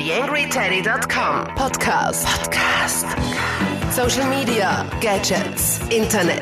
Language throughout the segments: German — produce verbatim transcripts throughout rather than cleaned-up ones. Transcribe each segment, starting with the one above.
the angry teddy dot com Podcast. Podcast. Social Media, Gadgets, Internet.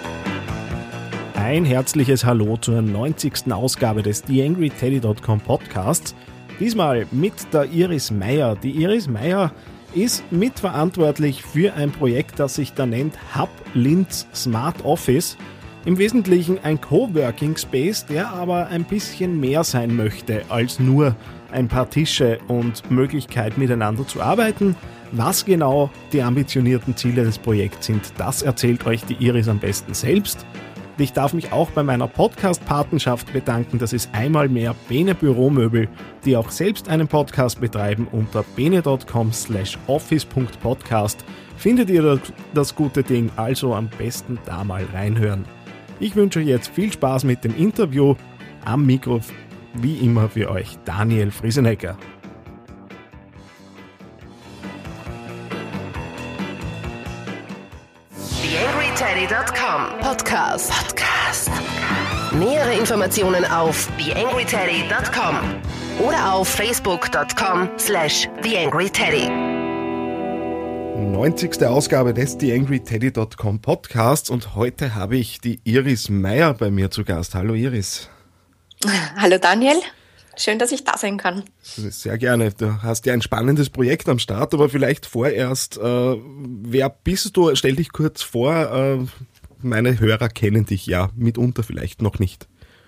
Ein herzliches Hallo zur neunzigsten Ausgabe des the angry teddy dot com Podcasts. Diesmal mit der Iris Meier. Die Iris Meier ist mitverantwortlich für ein Projekt, das sich da nennt Hub Linz Smart Office. Im Wesentlichen ein Coworking Space, der aber ein bisschen mehr sein möchte als nur ein paar Tische und Möglichkeit miteinander zu arbeiten. Was genau die ambitionierten Ziele des Projekts sind, das erzählt euch die Iris am besten selbst. Ich darf mich auch bei meiner Podcast-Patenschaft bedanken. Das ist einmal mehr Bene Büromöbel, die auch selbst einen Podcast betreiben. Unter bene dot com slash office punkt podcast findet ihr das gute Ding, also am besten da mal reinhören. Ich wünsche euch jetzt viel Spaß mit dem Interview. Am Mikro, wie immer für euch, Daniel Friesenecker. the angry teddy dot com Podcast. Podcast. Nähere Informationen auf the angry teddy dot com oder auf facebook dot com slash the angry teddy. neunzigste Ausgabe des the angry teddy dot com Podcasts und heute habe ich die Iris Meier bei mir zu Gast. Hallo Iris. Hallo Daniel, schön, dass ich da sein kann. Sehr gerne. Du hast ja ein spannendes Projekt am Start, aber vielleicht vorerst, äh, wer bist du? Stell dich kurz vor, äh, meine Hörer kennen dich ja mitunter vielleicht noch nicht.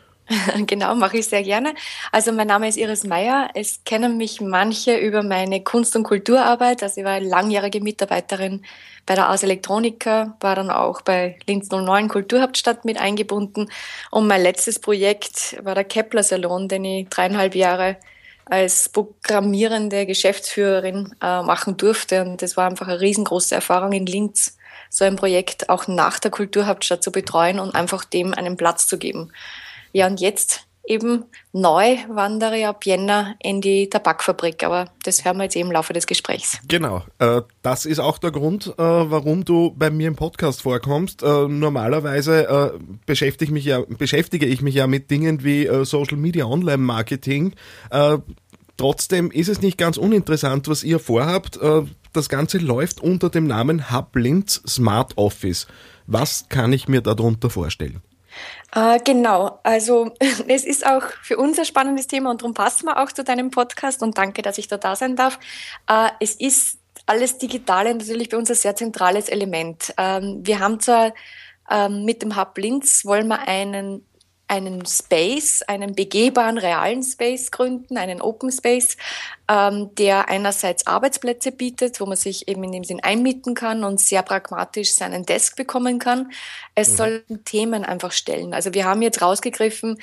Genau, mache ich sehr gerne. Also mein Name ist Iris Meier. Es kennen mich manche über meine Kunst- und Kulturarbeit. Also ich war langjährige Mitarbeiterin bei der Ars Electronica, war dann auch bei Linz null neun Kulturhauptstadt mit eingebunden. Und mein letztes Projekt war der Kepler Salon, den ich dreieinhalb Jahre als programmierende Geschäftsführerin äh, machen durfte. Und das war einfach eine riesengroße Erfahrung in Linz, so ein Projekt auch nach der Kulturhauptstadt zu betreuen und einfach dem einen Platz zu geben. Ja, und jetzt eben neu wandere ich ab Jänner in die Tabakfabrik, aber das hören wir jetzt eben im Laufe des Gesprächs. Genau, äh, das ist auch der Grund, äh, warum du bei mir im Podcast vorkommst. Äh, normalerweise äh, beschäftige, mich ja, beschäftige ich mich ja mit Dingen wie äh, Social Media, Online-Marketing. Äh, trotzdem ist es nicht ganz uninteressant, was ihr vorhabt. Äh, das Ganze läuft unter dem Namen Hub Linz Smart Office. Was kann ich mir darunter vorstellen? Äh, genau, also es ist auch für uns ein spannendes Thema und darum passen wir auch zu deinem Podcast und danke, dass ich da da sein darf. Äh, es ist alles Digitale natürlich bei uns ein sehr zentrales Element. Ähm, wir haben zwar ähm, mit dem Hub Linz wollen wir einen einen Space, einen begehbaren, realen Space gründen, einen Open Space, ähm, der einerseits Arbeitsplätze bietet, wo man sich eben in dem Sinn einmieten kann und sehr pragmatisch seinen Desk bekommen kann. Es mhm. soll Themen einfach stellen. Also wir haben jetzt rausgegriffen,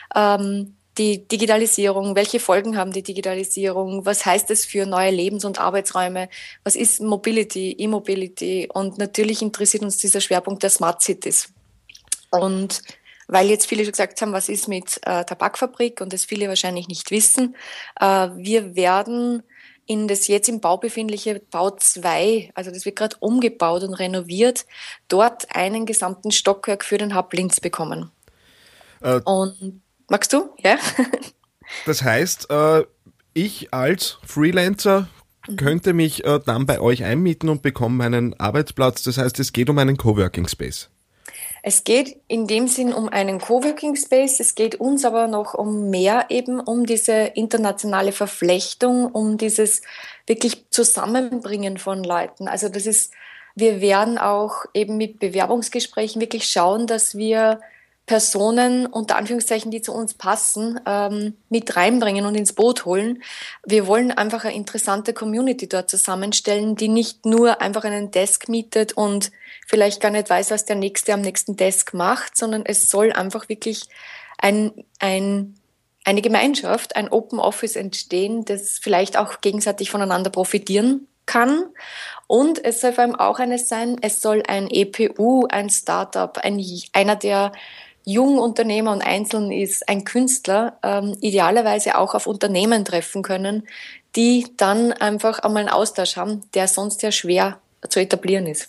ähm, die Digitalisierung, welche Folgen haben die Digitalisierung, was heißt es für neue Lebens- und Arbeitsräume, was ist Mobility, E-Mobility und natürlich interessiert uns dieser Schwerpunkt der Smart Cities. Und weil jetzt viele schon gesagt haben, was ist mit äh, Tabakfabrik und das viele wahrscheinlich nicht wissen. Äh, wir werden in das jetzt im Bau befindliche Bau zwei, also das wird gerade umgebaut und renoviert, dort einen gesamten Stockwerk für den Hub Linz bekommen. Äh, und magst du? Ja. Das heißt, äh, ich als Freelancer mhm. könnte mich äh, dann bei euch einmieten und bekomme meinen Arbeitsplatz. Das heißt, es geht um einen Coworking Space. Es geht in dem Sinn um einen Coworking Space, es geht uns aber noch um mehr eben, um diese internationale Verflechtung, um dieses wirklich Zusammenbringen von Leuten. Also das ist, wir werden auch eben mit Bewerbungsgesprächen wirklich schauen, dass wir Personen, unter Anführungszeichen, die zu uns passen, ähm, mit reinbringen und ins Boot holen. Wir wollen einfach eine interessante Community dort zusammenstellen, die nicht nur einfach einen Desk mietet und vielleicht gar nicht weiß, was der Nächste am nächsten Desk macht, sondern es soll einfach wirklich ein, ein, eine Gemeinschaft, ein Open Office entstehen, das vielleicht auch gegenseitig voneinander profitieren kann. Und es soll vor allem auch eines sein, es soll ein E P U, ein Startup, ein, einer, der Jungunternehmer und Einzelnen ist, ein Künstler, ähm, idealerweise auch auf Unternehmen treffen können, die dann einfach einmal einen Austausch haben, der sonst ja schwer zu etablieren ist.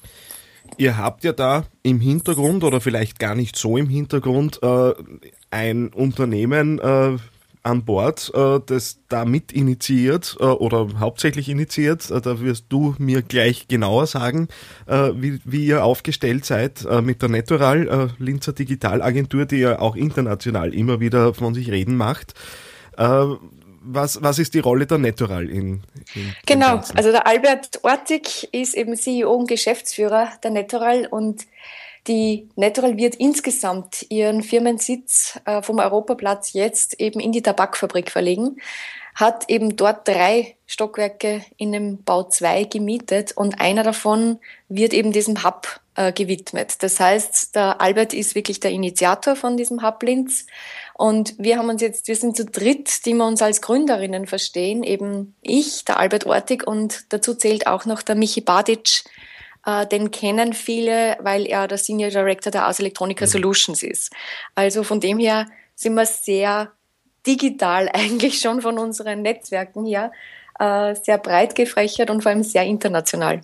Ihr habt ja da im Hintergrund oder vielleicht gar nicht so im Hintergrund äh, ein Unternehmen, äh, an Bord, äh, das da mit initiiert äh, oder hauptsächlich initiiert. Äh, da wirst du mir gleich genauer sagen, äh, wie, wie ihr aufgestellt seid äh, mit der Nettoral, äh, Linzer Digitalagentur, die ja auch international immer wieder von sich reden macht. Äh, was, was ist die Rolle der Nettoral in, in Genau, also der Albert Ortig ist eben C E O und Geschäftsführer der Nettoral und die Nettoral wird insgesamt ihren Firmensitz äh, vom Europaplatz jetzt eben in die Tabakfabrik verlegen, hat eben dort drei Stockwerke in dem Bau zwei gemietet und einer davon wird eben diesem Hub äh, gewidmet. Das heißt, der Albert ist wirklich der Initiator von diesem Hub Linz und wir haben uns jetzt, wir sind zu dritt, die wir uns als Gründerinnen verstehen, eben ich, der Albert Ortig und dazu zählt auch noch der Michi Badic. Den kennen viele, weil er der Senior Director der Ars Electronica Solutions ist. Also von dem her sind wir sehr digital eigentlich schon von unseren Netzwerken her, sehr breit gefächert und vor allem sehr international.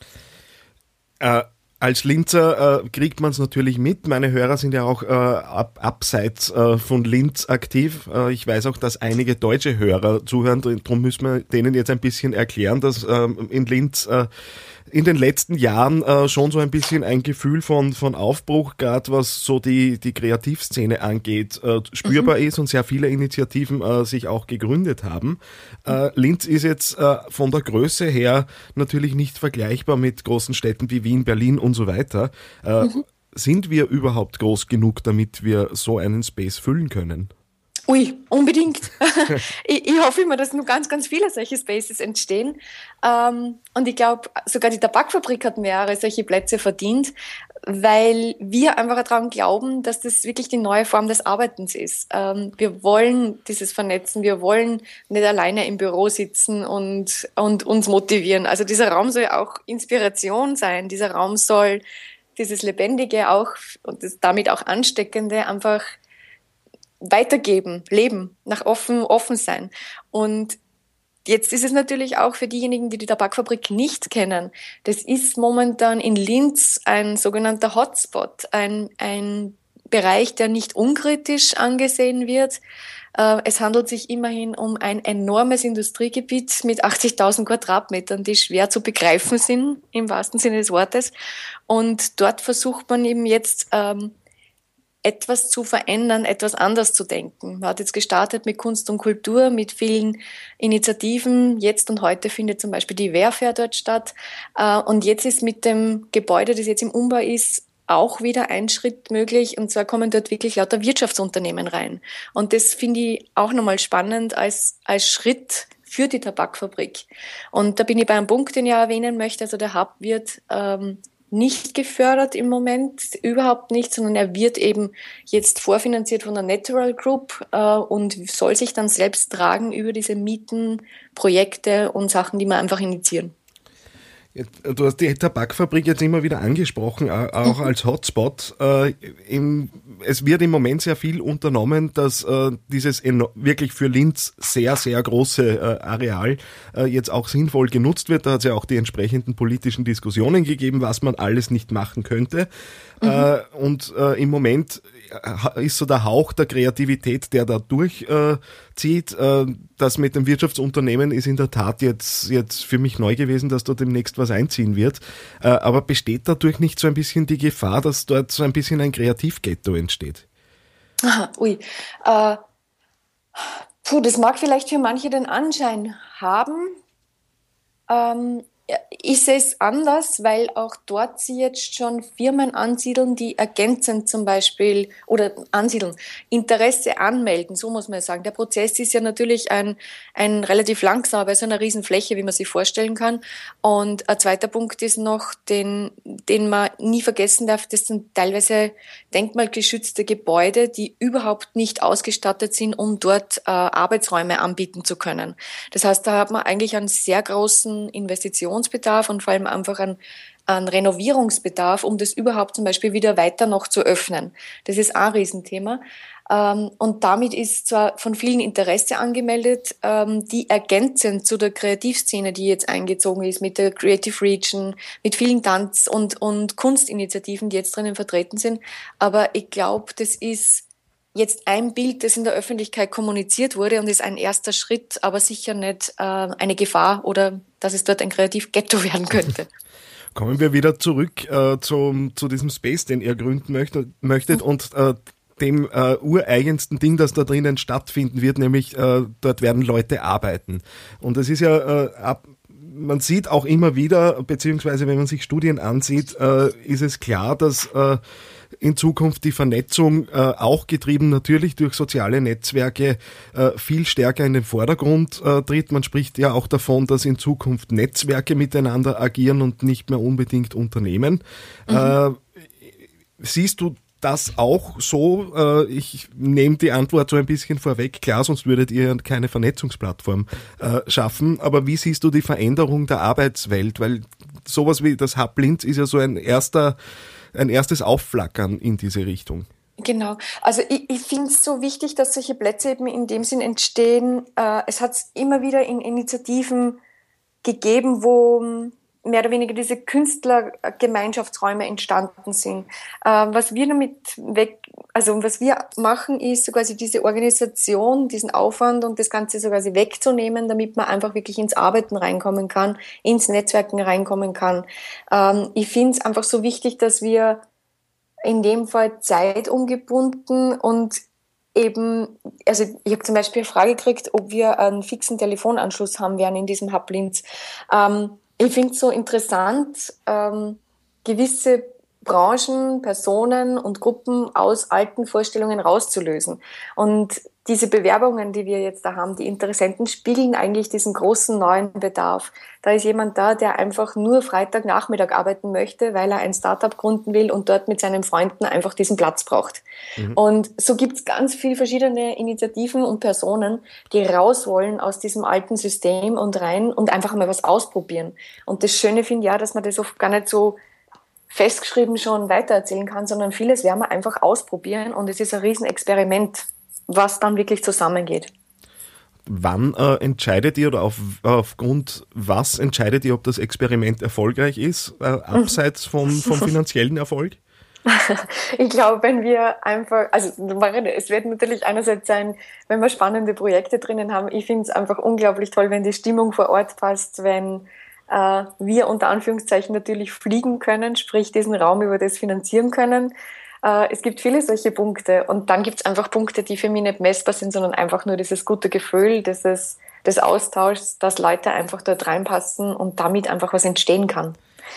Äh, als Linzer äh, kriegt man es natürlich mit. Meine Hörer sind ja auch äh, ab, abseits äh, von Linz aktiv. Äh, ich weiß auch, dass einige deutsche Hörer zuhören. Darum müssen wir denen jetzt ein bisschen erklären, dass äh, in Linz äh, in den letzten Jahren äh, schon so ein bisschen ein Gefühl von von Aufbruch, gerade was so die die Kreativszene angeht, äh, spürbar mhm. ist und sehr viele Initiativen äh, sich auch gegründet haben. Äh, Linz ist jetzt äh, von der Größe her natürlich nicht vergleichbar mit großen Städten wie Wien, Berlin und so weiter. Äh, mhm. Sind wir überhaupt groß genug, damit wir so einen Space füllen können? Ui, unbedingt. ich, ich hoffe immer, dass nur ganz, ganz viele solche Spaces entstehen. Ähm, und ich glaube, sogar die Tabakfabrik hat mehrere solche Plätze verdient, weil wir einfach daran glauben, dass das wirklich die neue Form des Arbeitens ist. Ähm, wir wollen dieses Vernetzen, wir wollen nicht alleine im Büro sitzen und, und uns motivieren. Also dieser Raum soll auch Inspiration sein. Dieser Raum soll dieses Lebendige auch und das damit auch Ansteckende einfach weitergeben, leben, nach offen, offen sein. Und jetzt ist es natürlich auch für diejenigen, die die Tabakfabrik nicht kennen. Das ist momentan in Linz ein sogenannter Hotspot, ein, ein Bereich, der nicht unkritisch angesehen wird. Es handelt sich immerhin um ein enormes Industriegebiet mit achtzigtausend Quadratmetern, die schwer zu begreifen sind, im wahrsten Sinne des Wortes. Und dort versucht man eben jetzt, ähm, etwas zu verändern, etwas anders zu denken. Man hat jetzt gestartet mit Kunst und Kultur, mit vielen Initiativen. Jetzt und heute findet zum Beispiel die Wehrfair dort statt. Und jetzt ist mit dem Gebäude, das jetzt im Umbau ist, auch wieder ein Schritt möglich. Und zwar kommen dort wirklich lauter Wirtschaftsunternehmen rein. Und das finde ich auch nochmal spannend als, als Schritt für die Tabakfabrik. Und da bin ich bei einem Punkt, den ich erwähnen möchte. Also der Hub wird ähm, nicht gefördert im Moment, überhaupt nicht, sondern er wird eben jetzt vorfinanziert von der Nettoral Group äh, und soll sich dann selbst tragen über diese Mieten, Projekte und Sachen, die wir einfach initiieren. Du hast die Tabakfabrik jetzt immer wieder angesprochen, auch mhm. als Hotspot. Es wird im Moment sehr viel unternommen, dass dieses wirklich für Linz sehr, sehr große Areal jetzt auch sinnvoll genutzt wird. Da hat es ja auch die entsprechenden politischen Diskussionen gegeben, was man alles nicht machen könnte. Mhm. Und im Moment ist so der Hauch der Kreativität, der da durchzieht. Das mit dem Wirtschaftsunternehmen ist in der Tat jetzt, jetzt für mich neu gewesen, dass dort demnächst was einziehen wird. Aber besteht dadurch nicht so ein bisschen die Gefahr, dass dort so ein bisschen ein Kreativghetto entsteht? Aha, ui. Äh, puh, das mag vielleicht für manche den Anschein haben. Ähm, Ich sehe es anders, weil auch dort sie jetzt schon Firmen ansiedeln, die ergänzend zum Beispiel oder ansiedeln, Interesse anmelden, so muss man sagen. Der Prozess ist ja natürlich ein, ein relativ langsamer bei so einer Riesenfläche, wie man sich vorstellen kann. Und ein zweiter Punkt ist noch, den, den man nie vergessen darf, das sind teilweise denkmalgeschützte Gebäude, die überhaupt nicht ausgestattet sind, um dort äh, Arbeitsräume anbieten zu können. Das heißt, da hat man eigentlich einen sehr großen Investitionsbedarf und vor allem einfach einen, einen Renovierungsbedarf, um das überhaupt zum Beispiel wieder weiter noch zu öffnen. Das ist ein Riesenthema. Und damit ist zwar von vielen Interesse angemeldet, die ergänzend zu der Kreativszene, die jetzt eingezogen ist, mit der Creative Region, mit vielen Tanz- und, und Kunstinitiativen, die jetzt drinnen vertreten sind. Aber ich glaube, das ist jetzt ein Bild, das in der Öffentlichkeit kommuniziert wurde und ist ein erster Schritt, aber sicher nicht äh, eine Gefahr oder dass es dort ein Kreativ-Ghetto werden könnte. Kommen wir wieder zurück äh, zum, zu diesem Space, den ihr gründen möchtet, möchtet mhm. und äh, dem äh, ureigensten Ding, das da drinnen stattfinden wird, nämlich äh, dort werden Leute arbeiten. Und es ist ja äh, ab man sieht auch immer wieder, beziehungsweise wenn man sich Studien ansieht, äh, ist es klar, dass äh, in Zukunft die Vernetzung, äh, auch getrieben natürlich durch soziale Netzwerke, äh, viel stärker in den Vordergrund äh, tritt. Man spricht ja auch davon, dass in Zukunft Netzwerke miteinander agieren und nicht mehr unbedingt Unternehmen. Mhm. Äh, siehst du das auch so? Äh, ich nehme die Antwort so ein bisschen vorweg. Klar, sonst würdet ihr keine Vernetzungsplattform äh, schaffen. Aber wie siehst du die Veränderung der Arbeitswelt? Weil sowas wie das Hub Linz ist ja so ein erster, ein erstes Aufflackern in diese Richtung. Genau. Also ich, ich finde es so wichtig, dass solche Plätze eben in dem Sinn entstehen. Äh, es hat immer wieder in Initiativen gegeben, wo mehr oder weniger diese Künstlergemeinschaftsräume entstanden sind. Äh, was wir damit weg, also was wir machen, ist so quasi diese Organisation, diesen Aufwand und das Ganze so quasi wegzunehmen, damit man einfach wirklich ins Arbeiten reinkommen kann, ins Netzwerken reinkommen kann. Ähm, ich finde es einfach so wichtig, dass wir in dem Fall zeitungebunden und eben, also ich habe zum Beispiel eine Frage gekriegt, ob wir einen fixen Telefonanschluss haben werden in diesem Hub Linz. Ähm, Ich finde es so interessant, ähm, gewisse Branchen, Personen und Gruppen aus alten Vorstellungen rauszulösen. Und diese Bewerbungen, die wir jetzt da haben, die Interessenten spiegeln eigentlich diesen großen neuen Bedarf. Da ist jemand da, der einfach nur Freitagnachmittag arbeiten möchte, weil er ein Startup gründen will und dort mit seinen Freunden einfach diesen Platz braucht. Mhm. Und so gibt es ganz viele verschiedene Initiativen und Personen, die raus wollen aus diesem alten System und rein und einfach mal was ausprobieren. Und das Schöne finde ich ja, dass man das oft gar nicht so festgeschrieben schon weitererzählen kann, sondern vieles werden wir einfach ausprobieren und es ist ein Riesenexperiment, was dann wirklich zusammengeht. Wann äh, entscheidet ihr oder auf, aufgrund was entscheidet ihr, ob das Experiment erfolgreich ist, äh, abseits vom, vom finanziellen Erfolg? Ich glaube, wenn wir einfach, also es wird natürlich einerseits sein, wenn wir spannende Projekte drinnen haben. Ich finde es einfach unglaublich toll, wenn die Stimmung vor Ort passt, wenn äh, wir unter Anführungszeichen natürlich fliegen können, sprich diesen Raum über das finanzieren können. Äh, es gibt viele solche Punkte und dann gibt es einfach Punkte, die für mich nicht messbar sind, sondern einfach nur dieses gute Gefühl, dieses, des Austauschs, dass Leute einfach dort reinpassen und damit einfach was entstehen kann.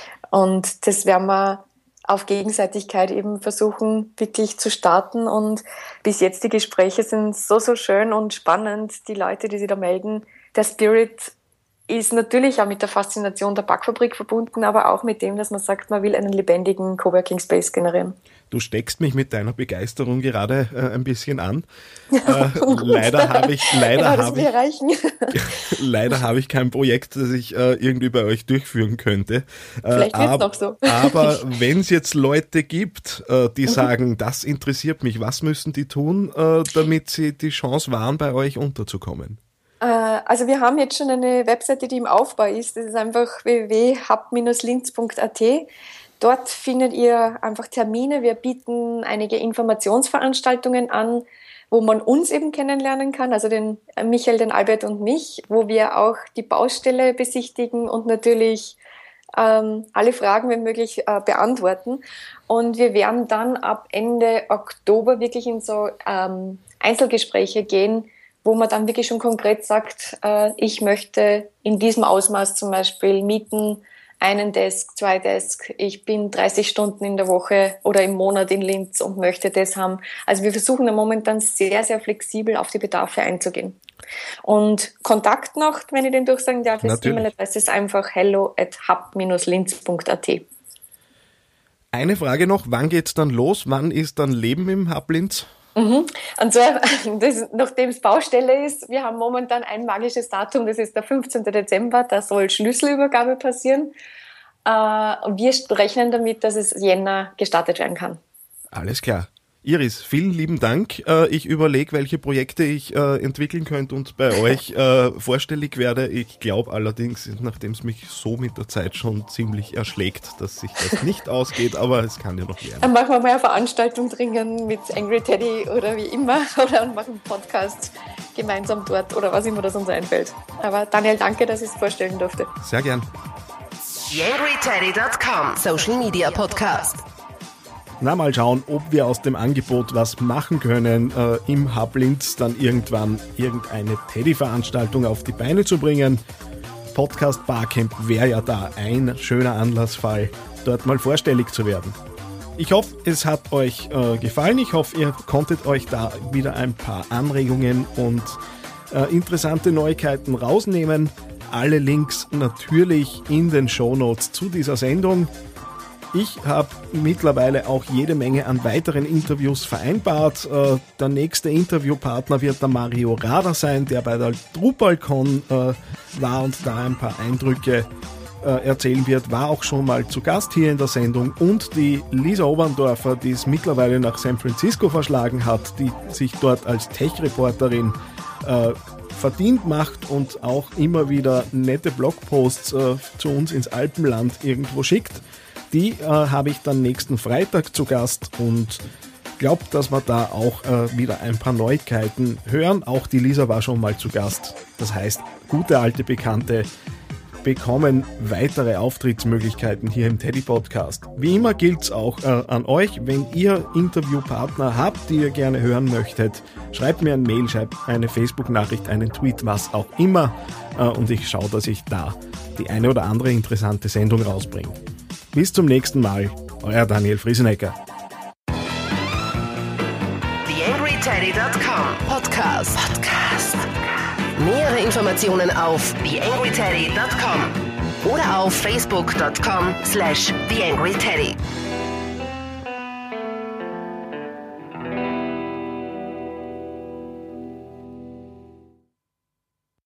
Und das werden wir auf Gegenseitigkeit eben versuchen, wirklich zu starten. Und bis jetzt die Gespräche sind so, so schön und spannend. Die Leute, die sich da melden, der Spirit ist natürlich auch mit der Faszination der Backfabrik verbunden, aber auch mit dem, dass man sagt, man will einen lebendigen Coworking Space generieren. Du steckst mich mit deiner Begeisterung gerade äh, ein bisschen an. Äh, leider habe ich, leider genau, habe ich, leider habe ich kein Projekt, das ich äh, irgendwie bei euch durchführen könnte. Äh, Vielleicht wird es noch so. Aber wenn es jetzt Leute gibt, äh, die mhm. sagen, das interessiert mich, was müssen die tun, äh, damit sie die Chance wahren, bei euch unterzukommen? Also wir haben jetzt schon eine Webseite, die im Aufbau ist. Das ist einfach w w w punkt hub Bindestrich linz punkt a t. Dort findet ihr einfach Termine. Wir bieten einige Informationsveranstaltungen an, wo man uns eben kennenlernen kann, also den Michael, den Albert und mich, wo wir auch die Baustelle besichtigen und natürlich ähm, alle Fragen, wenn möglich, äh, beantworten. Und wir werden dann ab Ende Oktober wirklich in so ähm, Einzelgespräche gehen, wo man dann wirklich schon konkret sagt, äh, ich möchte in diesem Ausmaß zum Beispiel mieten, einen Desk, zwei Desk, ich bin dreißig Stunden in der Woche oder im Monat in Linz und möchte das haben. Also wir versuchen da momentan sehr, sehr flexibel auf die Bedarfe einzugehen. Und Kontakt noch, wenn ich den durchsagen darf, ist E-Mail-Adresse ist einfach hello at hub Bindestrich linz punkt a t. Eine Frage noch, wann geht's dann los? Wann ist dann Leben im Hub Linz? Mhm. Und zwar, das, nachdem es Baustelle ist, wir haben momentan ein magisches Datum, das ist der fünfzehnten Dezember, da soll Schlüsselübergabe passieren. Äh, und wir rechnen damit, dass es Jänner gestartet werden kann. Alles klar. Iris, vielen lieben Dank. Ich überlege, welche Projekte ich entwickeln könnte und bei euch vorstellig werde. Ich glaube allerdings, nachdem es mich so mit der Zeit schon ziemlich erschlägt, dass sich das nicht ausgeht, aber es kann ja noch werden. Dann machen wir mal eine Veranstaltung dringend mit Angry Teddy oder wie immer oder machen einen Podcast gemeinsam dort oder was immer das uns einfällt. Aber Daniel, danke, dass ich es vorstellen durfte. Sehr gern. The Angry Teddy Punkt com Social Media Podcast. Na, mal schauen, ob wir aus dem Angebot was machen können, äh, im Hub Linz dann irgendwann irgendeine Teddy-Veranstaltung auf die Beine zu bringen. Podcast Barcamp wäre ja da ein schöner Anlassfall, dort mal vorstellig zu werden. Ich hoffe, es hat euch äh, gefallen. Ich hoffe, ihr konntet euch da wieder ein paar Anregungen und äh, interessante Neuigkeiten rausnehmen. Alle Links natürlich in den Shownotes zu dieser Sendung. Ich habe mittlerweile auch jede Menge an weiteren Interviews vereinbart. Äh, der nächste Interviewpartner wird der Mario Rader sein, der bei der DrupalCon äh, war und da ein paar Eindrücke äh, erzählen wird. War auch schon mal zu Gast hier in der Sendung. Und die Lisa Oberndorfer, die es mittlerweile nach San Francisco verschlagen hat, die sich dort als Tech-Reporterin äh, verdient macht und auch immer wieder nette Blogposts äh, zu uns ins Alpenland irgendwo schickt. Die äh, habe ich dann nächsten Freitag zu Gast und glaube, dass wir da auch äh, wieder ein paar Neuigkeiten hören. Auch die Lisa war schon mal zu Gast. Das heißt, gute alte Bekannte bekommen weitere Auftrittsmöglichkeiten hier im Teddy Podcast. Wie immer gilt es auch äh, an euch, wenn ihr Interviewpartner habt, die ihr gerne hören möchtet, schreibt mir ein Mail, schreibt eine Facebook-Nachricht, einen Tweet, was auch immer äh, und ich schaue, dass ich da die eine oder andere interessante Sendung rausbringe. Bis zum nächsten Mal, euer Daniel Friesenecker. The Angry Teddy Punkt com Podcast. Podcast. Nähere Informationen auf the angry teddy Punkt com oder auf facebook Punkt com slash the angry teddy.